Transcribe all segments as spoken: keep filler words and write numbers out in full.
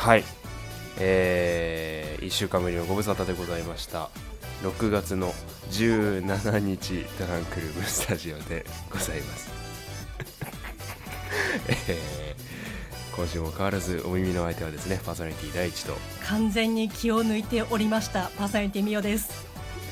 はい、えー、いっしゅうかんぶりのご無沙汰でございました。ろくがつのじゅうしちにちトランクルームスタジオでございます、えー、今週も変わらずお耳の相手はですね、パーソナリティ第一と完全に気を抜いておりましたパーソナリティみおです。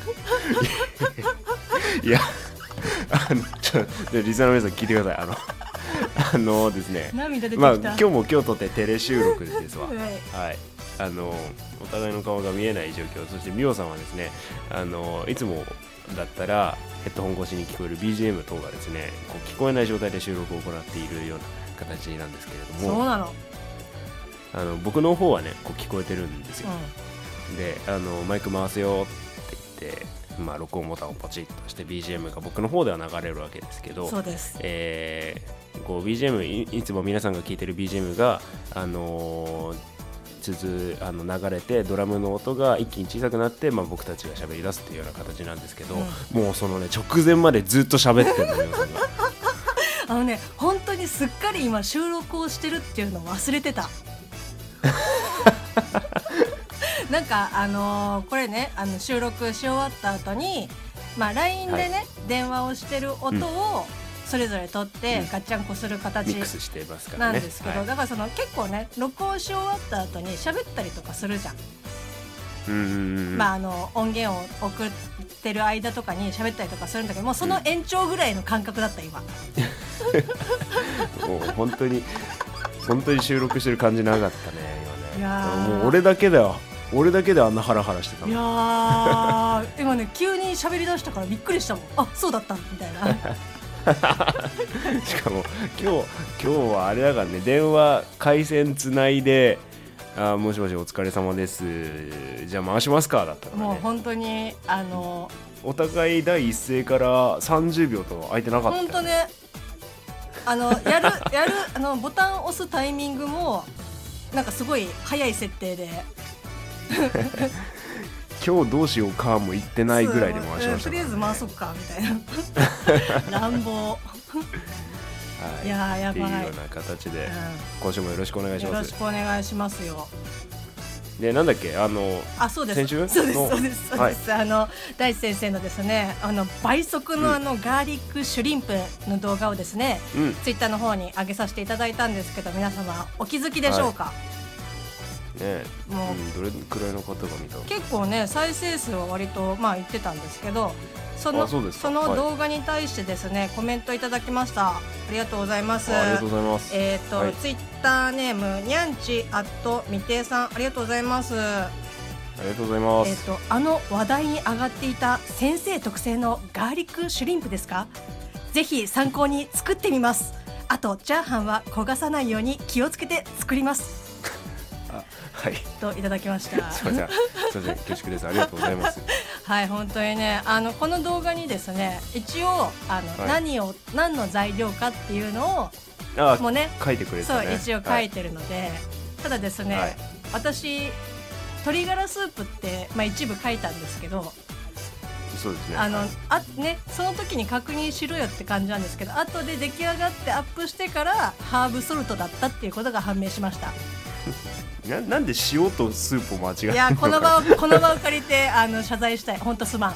いやあのちょリスナーの皆さん聞いてください。あのあのですね、 涙出てきた、 まあ、今日も今日とってテレ収録ですわ。 はい、 はい、あのお互いの顔が見えない状況。そしてみおさんはですね、あのいつもだったらヘッドホン越しに聞こえる ビージーエム 等がですね、こう聞こえない状態で収録を行っているような形なんですけれども、 そうなの、 あの僕の方はねこう聞こえてるんですよ、 うん、 であのマイク回すよって言って、まあ、録音ボタンをポチッとして ビージーエム が僕の方では流れるわけですけど、 そうです、 えー、こう ビージーエム い, いつも皆さんが聞いてる ビージーエム が、あのー、続あの流れてドラムの音が一気に小さくなって、まあ、僕たちが喋り出すっていうような形なんですけど、うん、もうそのね直前までずっと喋ってるのよあのね、本当にすっかり今収録をしてるっていうのを忘れてた。なんかあのー、これね、あの収録し終わった後に、まあ、ライン でね、はい、電話をしてる音をそれぞれ取ってガッチャンコする形なんですけど、だからその結構ね、録音し終わった後に喋ったりとかするじゃん。 うん、 まあ、あの音源を送ってる間とかに喋ったりとかするんだけど、もうその延長ぐらいの感覚だった今。 もう本当に本当に収録してる感じなかったね今ね。 いやもう俺だけだよ俺だけであんなハラハラしてたの。 いや今ね急に喋り出したからびっくりしたもん。あ、そうだったみたいな。 しかも今日今日はあれだからね、電話回線つないで、あ、もしもしお疲れ様です、じゃあ回しますかだったからね。 もう本当にあのお互い第一声からさんじゅうびょうと空いてなかったよね。 本当ね、あのやるやるあのボタンを押すタイミングもなんかすごい早い設定で。 今日どうしようかも言ってないぐらいで回しましたからね。 とりあえず回そっかみたいな。乱暴。はい、いややばいっていうような形で、うん、今週もよろしくお願いします。 よろしくお願いしますよ。 で、なんだっけ、あのあ、そうです、 先週そうですそうですそうです、はい、あの大地先生のですね、あの倍速のあの、うん、ガーリックシュリンプの動画をですね、うん、ツイッターの方に上げさせていただいたんですけど、皆様お気づきでしょうか。はいね、もう、うん、どれくらいの方が見たの？ 結構ね、再生数は割とまあ言ってたんですけど、その、そその動画に対してですね、はい、コメントいただきました。ありがとうございます。 ありがとうございます。 えっ、ー、と、はい、ツイッターネームにゃんちアットみていさん、ありがとうございます。 ありがとうございます。 えっ、ー、とあの話題に上がっていた先生特製のガーリックシュリンプですか？ぜひ参考に作ってみます。あとチャーハンは焦がさないように気をつけて作ります。 はい、 といただきました。 すみません、すみません、恐縮です。ありがとうございます。 はい、本当にね、あのこの動画にですね、一応あの、はい、何を何の材料かっていうのをあもうね書いてくれてたね。 そう一応書いてるので、はい、ただですね、はい、私鶏ガラスープって、まあ、一部書いたんですけど、 そうですね、 あの、はい、あね、その時に確認しろよって感じなんですけど、後で出来上がってアップしてからハーブソルトだったっていうことが判明しました。 な, なんで塩とスープを間違えるのか。 いや、この場をこの場を借りてあの謝罪したい。本当すまん。い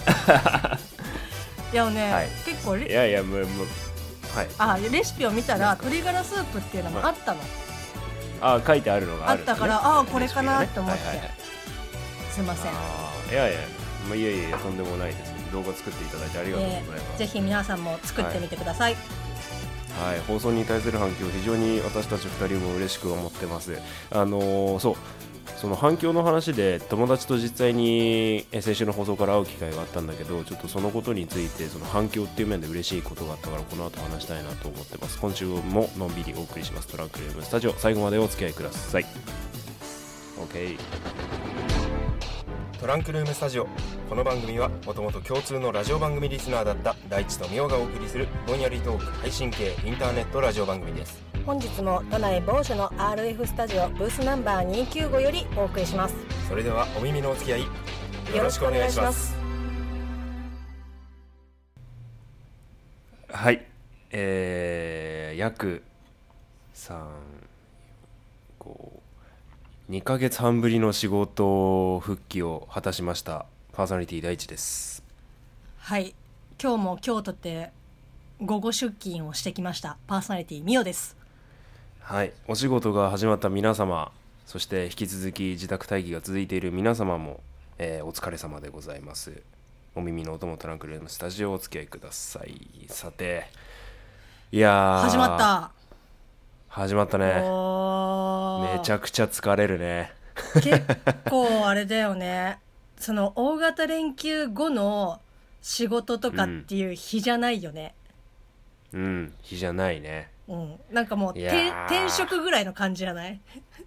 やね、はい、結構いやいやもうもう、はい、 あレシピを見たら鶏ガラスープっていうのもあったの。 あ書いてあるのがある、 ね、あったから、あこれかなと思って、ね、はいはいはい、すいません。 あいやいや、まあ、いやいやとんでもないです。動画作っていただいてありがとうございます。 えー、ぜひ皆さんも作ってみてください。 はいはい、放送に対する反響非常に私たちふたりも嬉しく思ってます。あのー、そうその反響の話で友達と実際に先週の放送から会う機会があったんだけど、ちょっとそのことについてその反響っていう面で嬉しいことがあったからこの後話したいなと思ってます。今週ものんびりお送りします。トランクルームスタジオ、最後までお付き合いください。 OK。 トランクルームスタジオ、この番組はもともと共通のラジオ番組リスナーだった大地とみおがお送りするぼんやりトーク配信系インターネットラジオ番組です。 本日も都内某所の アールエフ スタジオブースナンバーにひゃくきゅうじゅうごよりお送りします。 それではお耳のお付き合いよろしくお願いします。 はい、えー、約さん、ご、 にかげつはんぶりの仕事復帰を果たしましたパーソナリティ第一です。 はい、今日も今日とって午後出勤をしてきましたパーソナリティみおです。 はい、お仕事が始まった皆様、そして引き続き自宅待機が続いている皆様も、えー、お疲れ様でございます。お耳のお供トランクルームスタジオお付き合いください。さて、いやー始まった始まったね。めちゃくちゃ疲れるね。 結構あれだよねその大型連休後の仕事とかっていう日じゃないよね。 うん、うん、日じゃないね。 うん、なんかもう転職ぐらいの感じじゃない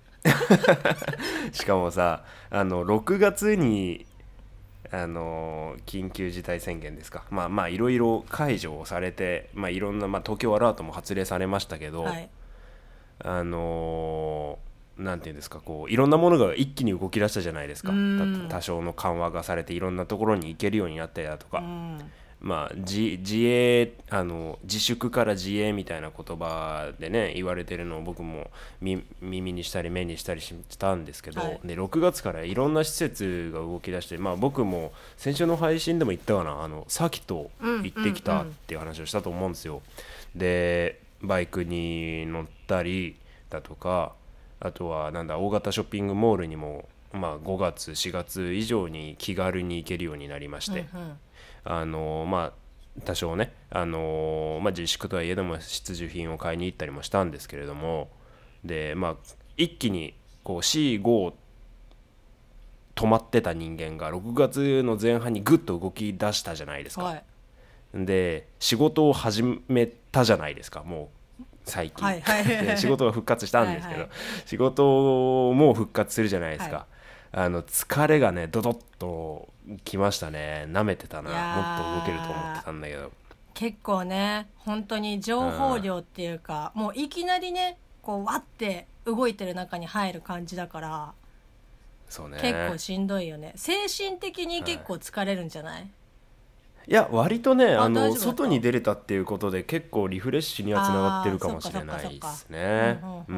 しかもさ、あのろくがつにあの緊急事態宣言ですか、まあまあいろいろ解除されて、まあ、いろんな、まあ、東京アラートも発令されましたけど、はい、あのなんていうんですか、こういろんなものが一気に動き出したじゃないですか。多少の緩和がされていろんなところに行けるようになったりだとか、まあ、自, 自営あの自粛から自営みたいな言葉でね言われてるのを僕も耳にしたり目にしたりしたんですけど、はい、でろくがつからいろんな施設が動き出して、まあ、僕も先週の配信でも言ったかな、あのサーキット行ってきたっていう話をしたと思うんですよ。でバイクに乗ったりだとか、あとはなんだ大型ショッピングモールにも、まあ、ごがつしがつ以上に気軽に行けるようになりまして、うんうん、あのまあ多少ね、あのまあ、自粛とはいえども必需品を買いに行ったりもしたんですけれども、でまあ一気にこう シーご 止まってた人間がろくがつの前半にグッと動き出したじゃないですか、はい、で仕事を始めたじゃないですか。もう最近、はいはいはいはい、仕事が復活したんですけど、はいはい、仕事も復活するじゃないですか、はい、あの疲れがねドドッときましたね。舐めてたな、もっと動けると思ってたんだけど、 結構ね本当に情報量っていうか、もういきなりねこうわって動いてる中に入る感じだから、 そうね、 結構しんどいよね。精神的に結構疲れるんじゃない？はい、 いや割とね、あの外に出れたっていうことで結構リフレッシュにはつながってるかもしれないですね。うん、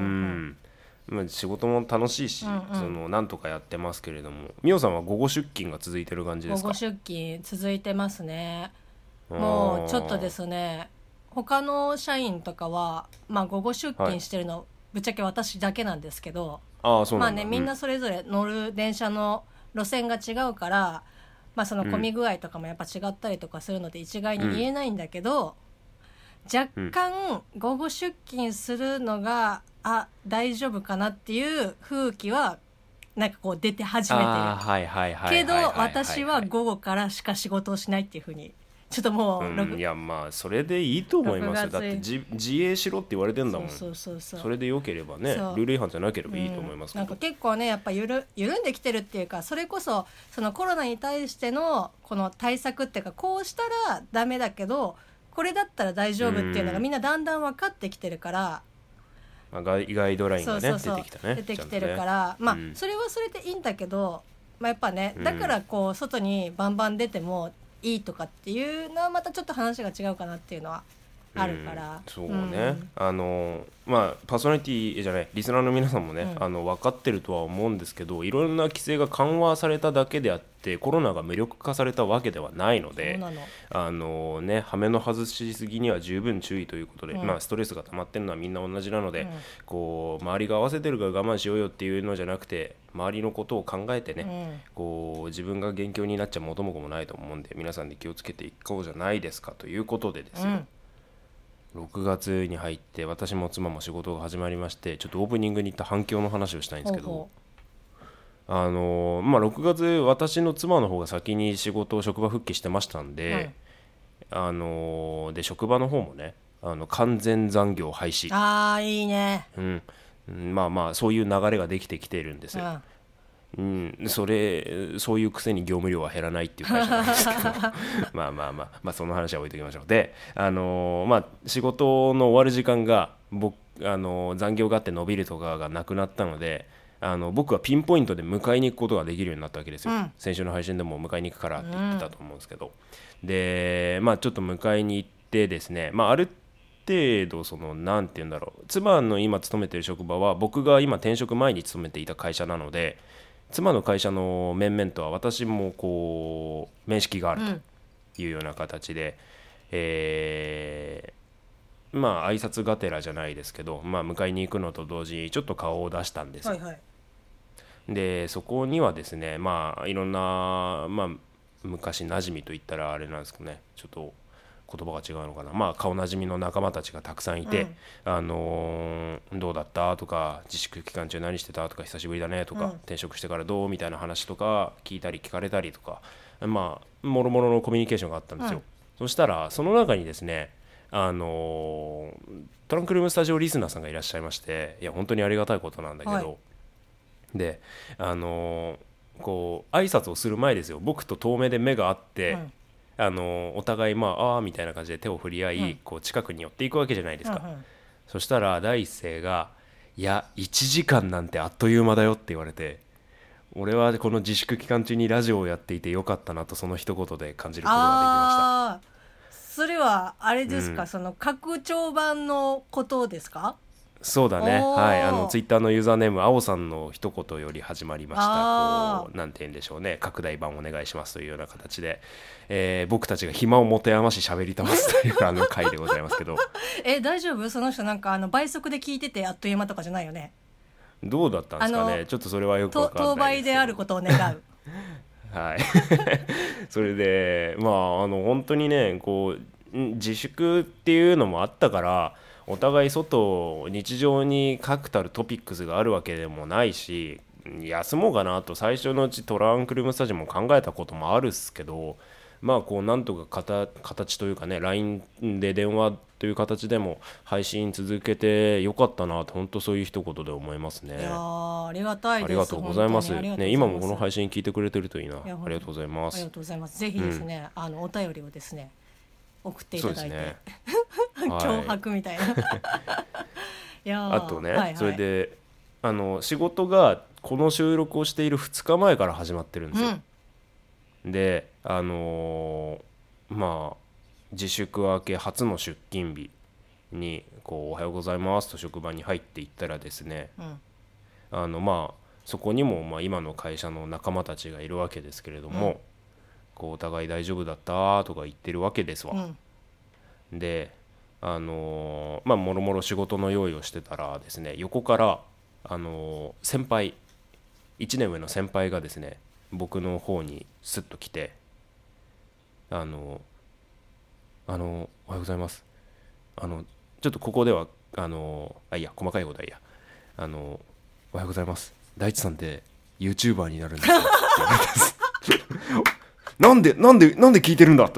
まあ、仕事も楽しいし、うんうん、そのなんとかやってますけれども、みおさんは午後出勤が続いてる感じですか？ 午後出勤続いてますね。もうちょっとですね、他の社員とかは、まあ、午後出勤してるの、はい、ぶっちゃけ私だけなんですけど、 あ、そうなんだ。 まあね、みんなそれぞれ乗る電車の路線が違うから、まあ、その混み具合とかもやっぱ違ったりとかするので一概に言えないんだけど、うん、若干午後出勤するのがあ大丈夫かなっていう風気はなんかこう出て始めてるけど、私は午後からしか仕事をしないっていう風にちょっともう、 うん、いやまあそれでいいと思いますよ。だって自、自営しろって言われてんだもん。 そうそうそうそう、 それでよければね、ルール違反じゃなければいいと思いますけど、 うん、なんか結構ねやっぱゆる緩んできてるっていうか、それこそそのコロナに対してのこの対策っていうか、こうしたらダメだけどこれだったら大丈夫っていうのがみんなだんだん分かってきてるから、 まあ、ガイドラインがねそうそうそう出てきたね出てきてるから、ね、まあ、うん、それはそれでいいんだけど、まあ、やっぱねだからこう外にバンバン出てもいいとかっていうのはまたちょっと話が違うかなっていうのはあるから、 うん、そうね、うん、あのまあパーソナリティじゃないリスナーの皆さんもね、うん、あの分かってるとは思うんですけど、いろんな規制が緩和されただけであってコロナが無力化されたわけではないので、 そうなの、 あのね羽目の外しすぎには十分注意ということで、うん、まあ、ストレスが溜まってるのはみんな同じなので、うん、こう周りが合わせてるから我慢しようよっていうのじゃなくて、周りのことを考えてね、うん、こう自分が元凶になっちゃ元も子もないと思うんで、皆さんで気をつけていこうじゃないですかということでですよ、うんろくがつに入って私も妻も仕事が始まりまして、ちょっとオープニングに行った反響の話をしたいんですけど、ほうほう、あのまあ、ろくがつ私の妻の方が先に仕事を職場復帰してましたんで、うん、あので職場の方もねあの完全残業廃止、 あーいいね、 うん、まあまあそういう流れができてきているんですよ、うんうん、それそういうくせに業務量は減らないっていう会社なんですけどまあまあまあまあその話は置いときましょう。で、あのー、まあ仕事の終わる時間が僕、あのー、残業があって伸びるとかがなくなったので、あの僕はピンポイントで迎えに行くことができるようになったわけですよ、うん、先週の配信でも迎えに行くからって言ってたと思うんですけど、うん、でまあちょっと迎えに行ってですね、まあある程度そのなんて言うんだろう、妻の今勤めてる職場は僕が今転職前に勤めていた会社なので、妻の会社の面々とは私もこう面識があるというような形で、うん、えー、まあ挨拶がてらじゃないですけど、まあ、迎えに行くのと同時にちょっと顔を出したんですよ、はいはい、でそこにはですね、まあいろんな、まあ、昔馴染みといったらあれなんですかね、ちょっと言葉が違うのかな、まあ顔なじみの仲間たちがたくさんいて、うん、あのー、どうだったとか、自粛期間中何してたとか、久しぶりだねとか、うん、転職してからどうみたいな話とか聞いたり聞かれたりとか、まあもろもろのコミュニケーションがあったんですよ、うん、そしたらその中にですね、あのー、トランクルームスタジオリスナーさんがいらっしゃいまして、いや本当にありがたいことなんだけど、はい、であのー、こう挨拶をする前ですよ、僕と遠目で目が合って、うん、あのお互いまああーみたいな感じで手を振り合い、うん、こう近くに寄っていくわけじゃないですか、うんうん、そしたら第一声がいやいちじかんなんてあっという間だよって言われて、俺はこの自粛期間中にラジオをやっていてよかったなとその一言で感じることができました。 それはあれですか、うん、その拡張版のことですか？ そうだね、はい、あのツイッターのユーザーネーム青さんの一言より始まりました。こうなんて言うんでしょうね、拡大版お願いしますというような形で、えー、僕たちが暇を持て余し喋りたますというあの回でございますけどえ大丈夫？その人なんかあの倍速で聞いててあっという間とかじゃないよね？ どうだったんですかね、ちょっとそれはよくわかんないですけど、 当倍であることを願うはいそれでまああの本当にねこう自粛っていうのもあったからお互い外日常に確たるトピックスがあるわけでもないし、休もうかなと最初のうちトランクルームスタジオも考えたこともあるっすけど、まあこうなんとか形、形というかね ライン で電話という形でも配信続けてよかったなと本当そういう一言で思いますね。 いやありがたいです。 ありがとうございます。ね、今もこの配信聞いてくれてるといいな。いありがとうございます。 ありがとうございます。ぜひですね、うん、あのお便りをですね送っていただいて、ね、脅迫みたいな、はい、いやあとね、 はいはい、 それであの仕事がこの収録をしているふつかまえから始まってるんですよ、うん、であのー、まあ自粛明け初の出勤日にこうおはようございますと職場に入っていったらですね、うん、あのまあそこにもまあ今の会社の仲間たちがいるわけですけれども、うん、こうお互い大丈夫だったとか言ってるわけですわ、うん、であのー、まあもろもろ仕事の用意をしてたらですね、横からあのー、先輩いちねん上の先輩がですね僕の方にスッと来て、あのー、あのー、おはようございます、あのちょっとここではあのー、あいや細かいことはいいや、あのー、おはようございます、大地さんって YouTuber になるんですよって言われたんですなんでなんでなんで聞いてるんだと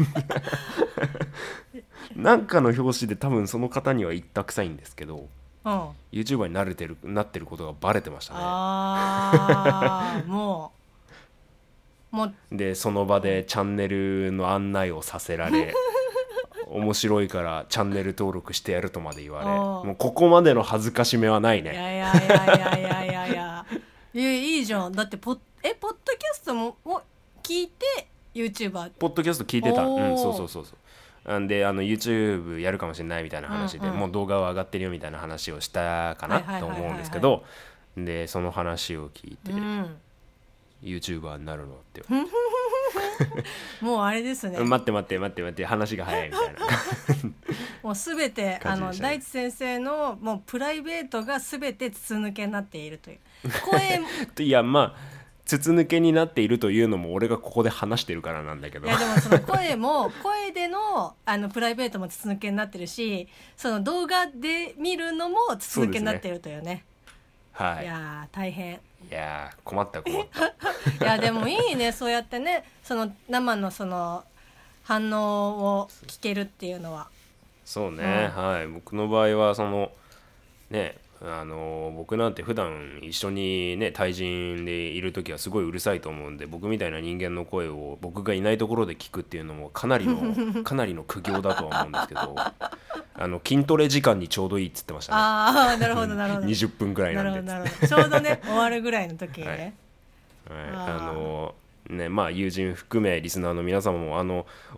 なんかの表紙で多分その方には言ったくさいんですけど、うん、YouTuber になれてるなってることがバレてましたね。 あもうもうでその場でチャンネルの案内をさせられ面白いからチャンネル登録してやるとまで言われ、もうここまでの恥ずかしめはないね。 いやいやいやいやいやいやいやいやいいじゃん。だってポッえポッドキャストもも聞いて YouTuber ポッドキャスト聞いてた、うん、そうそうそうそうなんであの YouTube やるかもしれないみたいな話で、うんうん、もう動画は上がってるよみたいな話をしたかなと思うんですけど、でその話を聞いて、うん、YouTuber になるのってもうあれですね待って待って待って待って話が早いみたいなもうすべて、ね、あの大地先生のもうプライベートがすべて筒抜けになっているという声いやまあ筒抜けになっているというのも俺がここで話してるからなんだけど、 いやでもその声も声で の, あのプライベートも筒抜けになってるし、その動画で見るのも筒抜けになってるというね。はい。いや大変。 いや困った困ったいやでもいいね、そうやってね、その生のその反応を聞けるっていうのは。 そうね、うん、はい。僕の場合はそのね、あの僕なんて普段一緒にね対人でいる時はすごいうるさいと思うんで、僕みたいな人間の声を僕がいないところで聞くっていうのもかなりのかなりの苦行だとは思うんですけどあの筋トレ時間にちょうどいいっつってましたね。 ああなるほどなるほどにじゅっぷんぐらいなんでなるほどなるほどちょうどね終わるぐらいの時にね、 はいはい、ああのねまあ友人含めリスナーの皆様もあの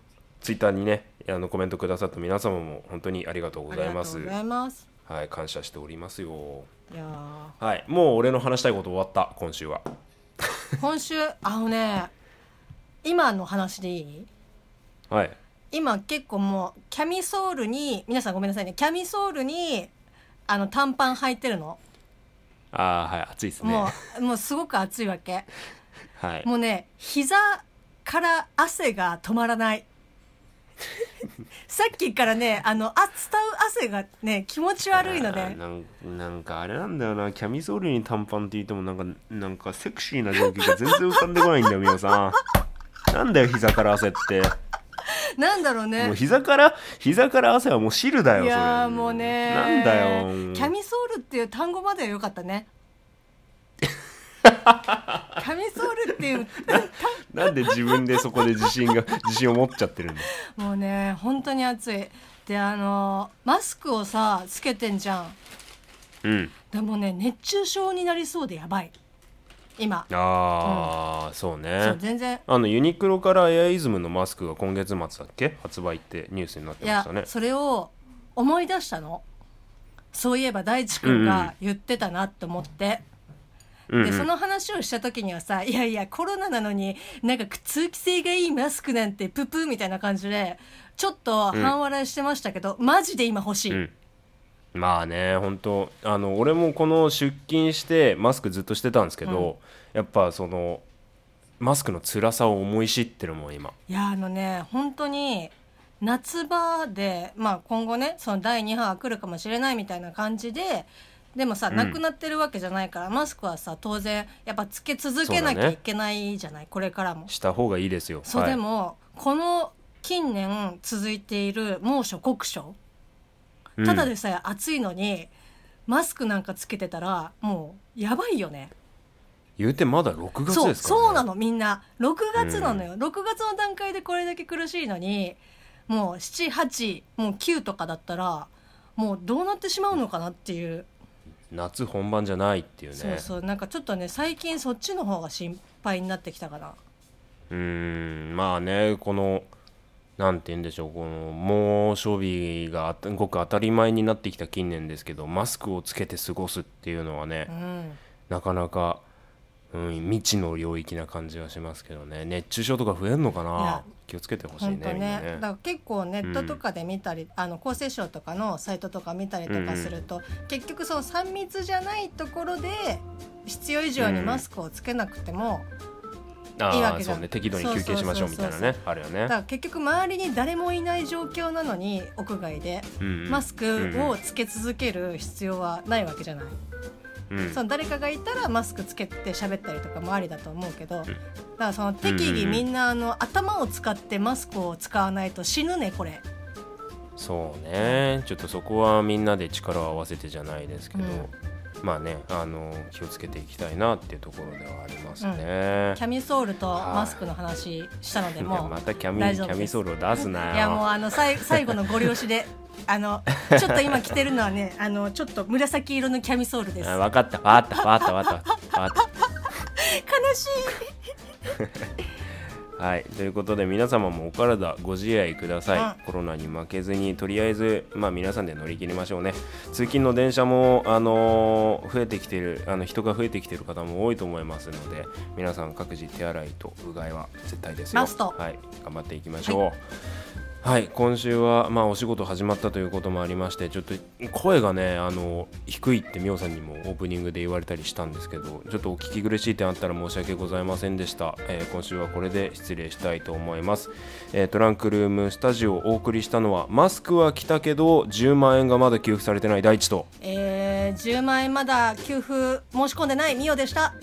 ツイッターにねあのコメントくださった皆様も本当にありがとうございます。 ありがとうございます。 はい、感謝しておりますよ。 いやはい、もう俺の話したいこと終わった今週は。 今週あのね今の話でいい？ はい。 今結構もうキャミソールに皆さんごめんなさいねキャミソールにあの短パン履いてるの。 ああはい暑いですね。 もうもうすごく暑いわけ。 はい。 もうね膝から汗が止まらない。さっきからねあのあ伝う汗がね気持ち悪いのでなんなんかあれなんだよなキャミソールに短パンって言ってもなんかなんかセクシーな状況が全然浮かんでこないんだよみおさん。なんだよ膝から汗って。 なんだろうね。 もう膝から膝から汗はもう汁だよ。 いやーもうねなんだよ。 キャミソールっていう単語までは良かったね。キャミソールっていうな, なんで自分でそこで自信が自信を持っちゃってるんだ。 もうね本当に暑い。であのマスクをさつけてんじゃん。 うん。 でもね熱中症になりそうでやばい今。 ああ、うん、そうね。 そう全然あのユニクロからエアイズムのマスクが今月末だっけ発売ってニュースになってましたね。 いやそれを思い出したの。そういえば大地君が言ってたなって思って、うんうんでその話をした時にはさいやいやコロナなのになんか通気性がいいマスクなんてププみたいな感じでちょっと半笑いしてましたけど、うん、マジで今欲しい、うん、 まあね本当あの俺もこの出勤してマスクずっとしてたんですけど、うん、やっぱそのマスクの辛さを思い知ってるもん今。 いやあのね本当に夏場で、まあ、今後ねそのだいに波が来るかもしれないみたいな感じででもさ、うん、なくなってるわけじゃないからマスクはさ当然やっぱつけ続けなきゃいけないじゃない、ね、これからもした方がいいですよ。 そう、 はい、 でもこの近年続いている猛暑酷暑、うん、ただでさえ暑いのにマスクなんかつけてたらもうやばいよね。 言うてまだろくがつですからね。 そう、そうなのみんなろくがつなのよ、うん、ろくがつの段階でこれだけ苦しいのにもうしち、はち、もうきゅうとかだったらもうどうなってしまうのかなっていう。 夏本番じゃないっていうね。 そうそうなんかちょっとね最近そっちの方が心配になってきたかな。 うーんまあねこのなんて言うんでしょうこの猛暑日がごく当たり前になってきた近年ですけどマスクをつけて過ごすっていうのはね、うん、なかなか、うん、未知の領域な感じはしますけどね。熱中症とか増えるのかな。気をつけてほしい ね, ね, みんなね。 だから結構ネットとかで見たり、うん、あの厚生省とかのサイトとか見たりとかすると、うん、結局そのさん密じゃないところで必要以上にマスクをつけなくてもいいわけじゃん、 うん、あそうね、適度に休憩しましょうみたいなねあるよね。 だから結局周りに誰もいない状況なのに屋外でマスクをつけ続ける必要はないわけじゃない、うん、その誰かがいたらマスクつけて喋ったりとかもありだと思うけど、うん、だからその適宜みんなあの頭を使ってマスクを使わないと死ぬねこれ。 そうねちょっとそこはみんなで力を合わせてじゃないですけど、うん、まあねあの気をつけていきたいなっていうところではありますね、うん、 キャミソールとマスクの話したのでもうまたキャミ、キャミソールを出すなよ。 いやもうあのさい最後のご了承であのちょっと今着てるのはねあのちょっと紫色のキャミソールです。 あ分かった分かった分かった分かった分かった悲しいはいということで皆様もお体ご自愛ください、うん、コロナに負けずにとりあえず、まあ、皆さんで乗り切りましょうね。通勤の電車も、あのー、増えてきてるあの人が増えてきてる方も多いと思いますので皆さん各自手洗いとうがいは絶対ですよ。 マスト、 はい、頑張っていきましょう。はいはい、今週は、まあ、お仕事始まったということもありましてちょっと声がねあの低いってみおさんにもオープニングで言われたりしたんですけどちょっとお聞き苦しい点あったら申し訳ございませんでした、えー、今週はこれで失礼したいと思います、えー、トランクルームスタジオをお送りしたのはマスクは来たけどじゅうまん円がまだ給付されてない大地と、 えー、じゅうまん円まだ給付申し込んでないみおでした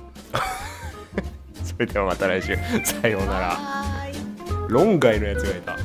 それではまた来週さようなら。論外のやつがいた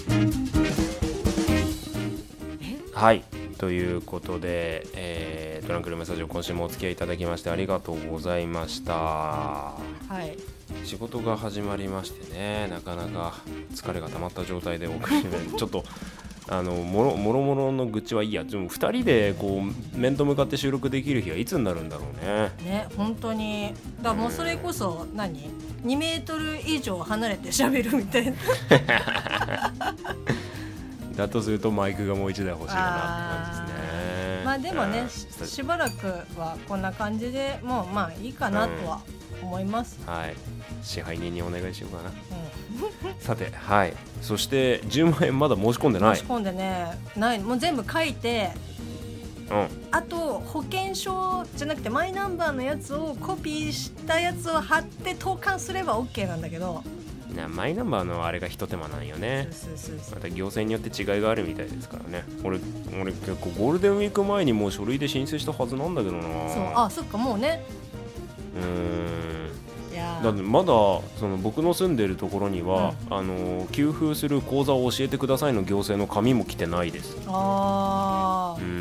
はいということで、えー、トトランクルームスタジオ、今週もお付き合いいただきましてありがとうございました。はい、 仕事が始まりましてね、なかなか疲れが溜まった状態でお送りちょっとあのもろもろもろの愚痴はいいや。でもふたりでこう面と向かって収録できる日はいつになるんだろうね。 ね、本当に。だからもうそれこそ何にメートル以上離れて喋るみたいなだとするとマイクがもう一台欲しいかなって感じですね。 まあでもね、し, しばらくはこんな感じでもうまあいいかなとは思います、 うん、はい、支配人にお願いしようかな、 うん、 さて、はい、そしてじゅうまんえんまだ申し込んでない。 申し込んでねない、もう全部書いて、うん、あと保険証じゃなくてマイナンバーのやつをコピーしたやつを貼って投函すれば OK なんだけど、 なマイナンバーのあれが一手間なんよね。 そうそうそう、 また行政によって違いがあるみたいですからね。俺俺結構ゴールデンウィーク前にもう書類で申請したはずなんだけどな。 そう、あ、そっか、もうね。 うーん、 いやだってまだその僕の住んでるところには、うん、あの給付する口座を教えてくださいの行政の紙も来てないです。 ああ、 うん、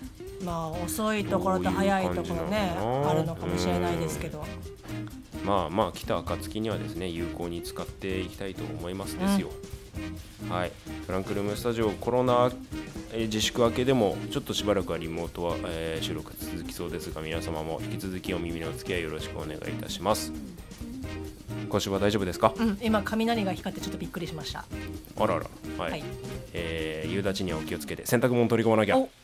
まあ遅いところと早いところねあるのかもしれないですけど、 まあまあ来た暁にはですね有効に使っていきたいと思いますですよ、うん、はい。トランクルームスタジオコロナ自粛明けでもちょっとしばらくはリモートは、えー、収録が続きそうですが、皆様も引き続きお耳のお付き合いよろしくお願いいたします。今週は大丈夫ですか？ うん、今雷が光ってちょっとびっくりしました。 あらら、はい、はい、えー、夕立にはお気をつけて洗濯物取り込まなきゃ。